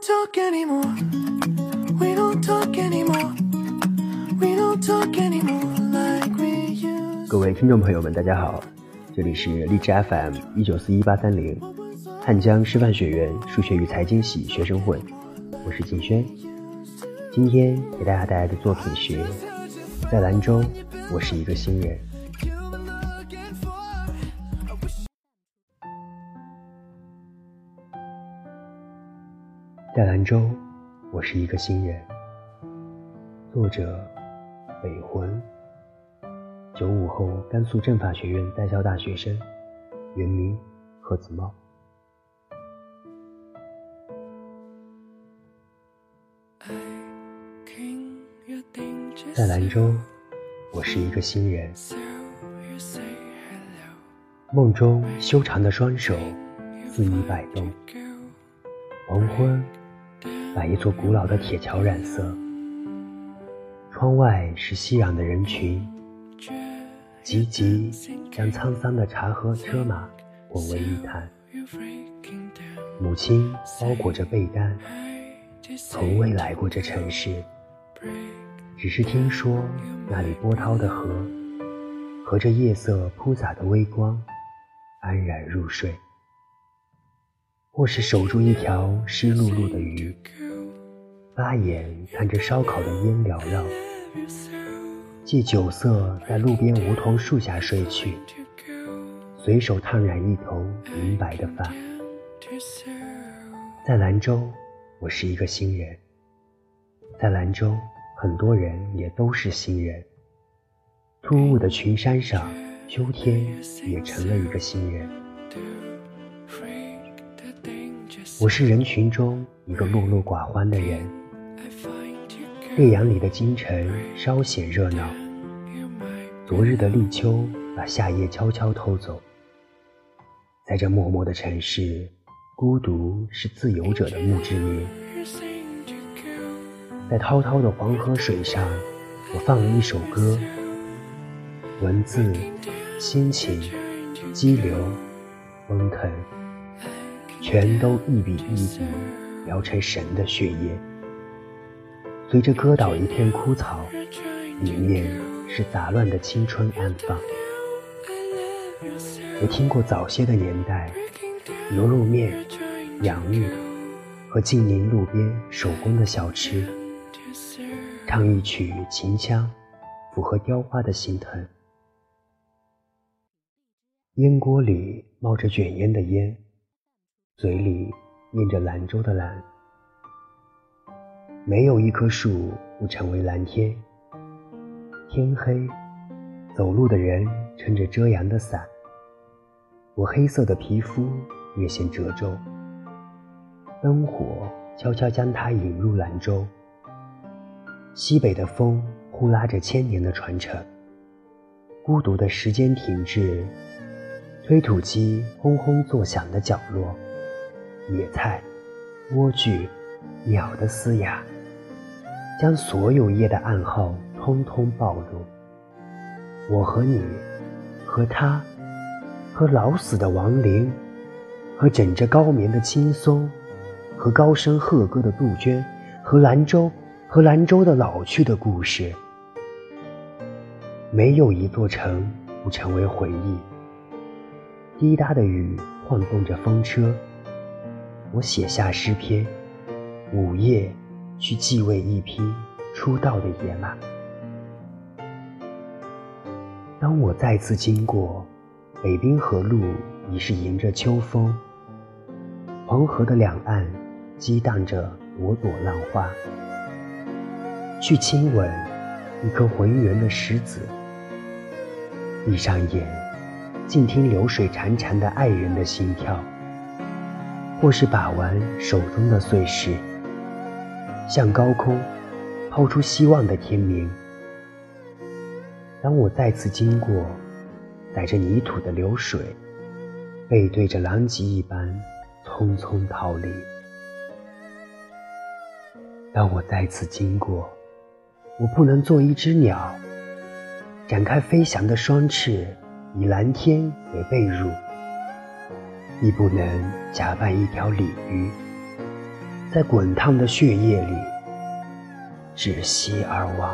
talk anymore. We don't talk anymore. We don't talk anymore like we used. 各位听众朋友们，大家好，这里是荔枝 FM 1941830汉江师范学院数学与财经系学生会，我是景轩。今天给大家带来的作品是在兰州，我是一个新人。在兰州，我是一个新人。作者北魂，95后甘肃政法学院在校大学生，原名贺子茂。在兰州，我是一个新人。梦中修长的双手肆意摆动，黄昏把一座古老的铁桥染色，窗外是熙攘的人群，急急将沧桑的茶和车马混为一谈。母亲包裹着被单，从未来过这城市，只是听说那里波涛的河和着夜色铺洒的微光安然入睡，或是守住一条湿漉漉的鱼，发眼看着烧烤的烟缭绕，借酒色在路边梧桐树下睡去，随手烫染一头银白的发。在兰州，我是一个新人。在兰州，很多人也都是新人。突兀的群山上，秋天也成了一个新人。我是人群中一个落落寡欢的人。烈阳里的京城稍显热闹，昨日的立秋把夏夜悄悄偷走。在这默默的城市，孤独是自由者的墓志铭。在滔滔的黄河水上，我放了一首歌，文字、心情、激流、奔腾，全都一笔一笔描成神的血液。随着歌岛一片枯草，里面是杂乱的青春安放。我听过早些的年代，牛肉面、洋芋和近邻路边手工的小吃，唱一曲秦腔，符合雕花的心疼。烟锅里冒着卷烟的烟，嘴里念着兰州的兰。没有一棵树不成为蓝天。天黑，走路的人撑着遮阳的伞，我黑色的皮肤略显褶皱。灯火悄悄将它引入兰州。西北的风呼拉着千年的传承，孤独的时间停滞，推土机轰轰作响的角落，野菜、莴苣、鸟的嘶哑，将所有夜的暗号通通暴露。我和你，和他，和老死的亡灵，和枕着高眠的青松，和高声贺歌的杜鹃，和兰州的老去的故事。没有一座城不成为回忆。滴答的雨晃动着风车，我写下诗篇，午夜去祭喂一匹出道的野马。当我再次经过北滨河路，已是迎着秋风，黄河的两岸激荡着朵朵浪花。去亲吻一颗浑圆的石子，闭上眼，静听流水潺潺的爱人的心跳，或是把玩手中的碎石，向高空抛出希望的天明。当我再次经过载着泥土的流水，背对着狼藉一般匆匆逃离。当我再次经过，我不能做一只鸟，展开飞翔的双翅，以蓝天为被褥，亦不能假扮一条鲤鱼， 在滚烫的血液里窒息而亡。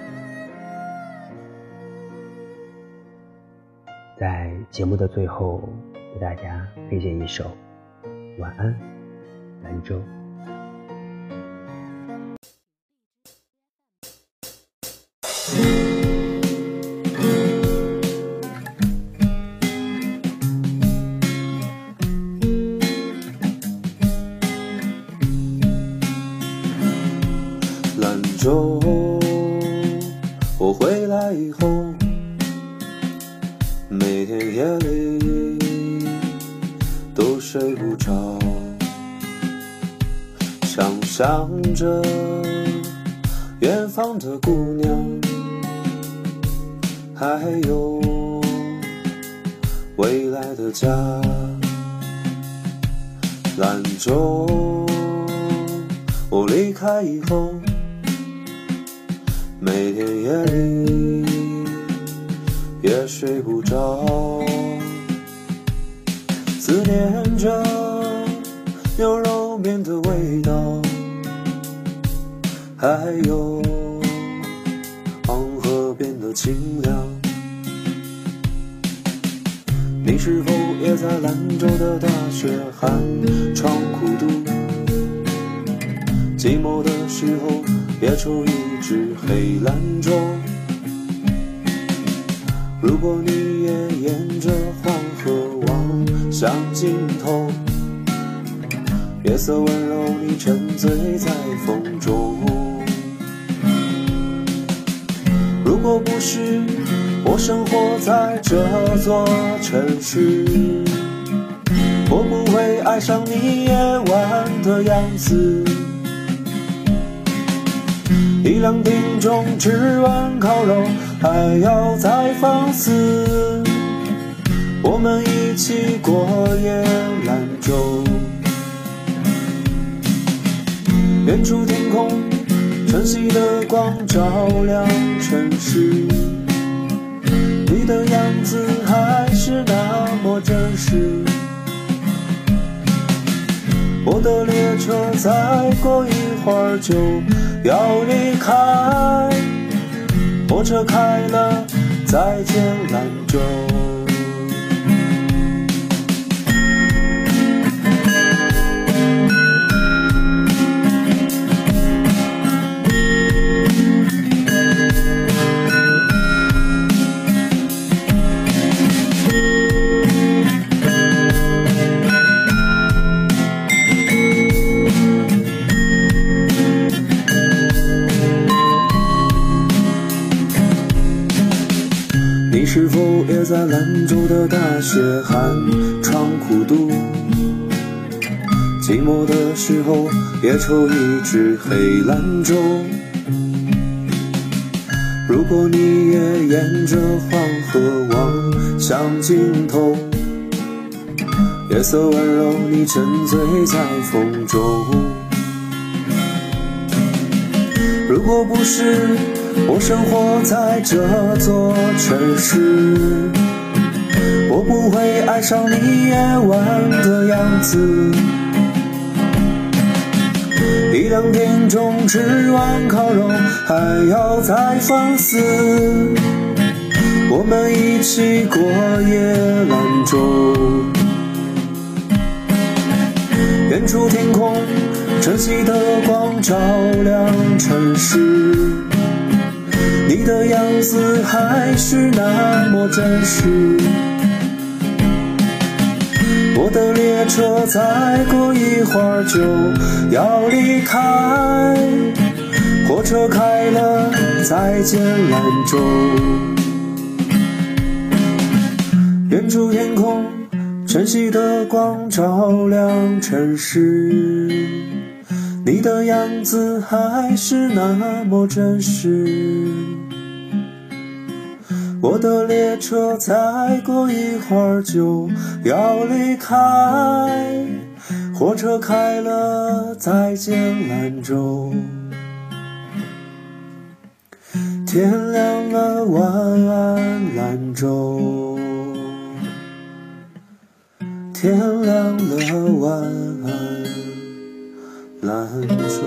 在节目的最后，给大家推荐一首《晚安，兰州》。 兰州，我回来以后，每天夜里都睡不着，想象着远方的姑娘，还有未来的家。兰州，我离开以后，每天夜里也睡不着，思念着牛肉面的味道，还有黄河边的清凉。你是否也在兰州的大雪寒窗苦读？寂寞的时候也抽一支黑兰州。如果你也沿着黄河望向尽头，夜色温柔你沉醉在风中。如果不是我生活在这座城市，我不会爱上你夜晚的样子。一两点钟吃完烤肉，还要再放肆，我们一起过夜兰州。远处天空，晨曦的光照亮城市，你的样子还是那么真实。我的列车再过一会儿就要离开，火车开了，再见兰州。你是否也在兰州的大雪寒窗苦读？寂寞的时候也抽一支黑兰州。如果你也沿着黄河望向尽头，夜色温柔你沉醉在风中。如果不是我生活在这座城市，我不会爱上你夜晚的样子。一两点钟吃完烤肉，还要再放肆，我们一起过夜兰州。远处天空，晨曦的光照亮城市，你的样子还是那么真实。我的列车再过一会儿就要离开，火车开了，再见兰州。远处天空，晨曦的光照亮城市，你的样子还是那么真实。我的列车再过一会儿就要离开，火车开了，再见兰州。天亮了，晚安兰州。天亮了，晚安兰舟。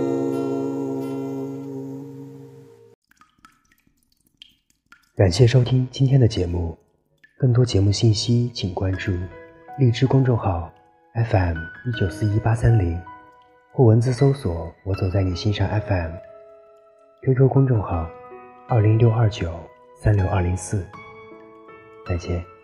感谢收听今天的节目，更多节目信息请关注荔枝公众号 FM1941830或文字搜索我走在你心上 FM， QQ 公众号20629362004。再见。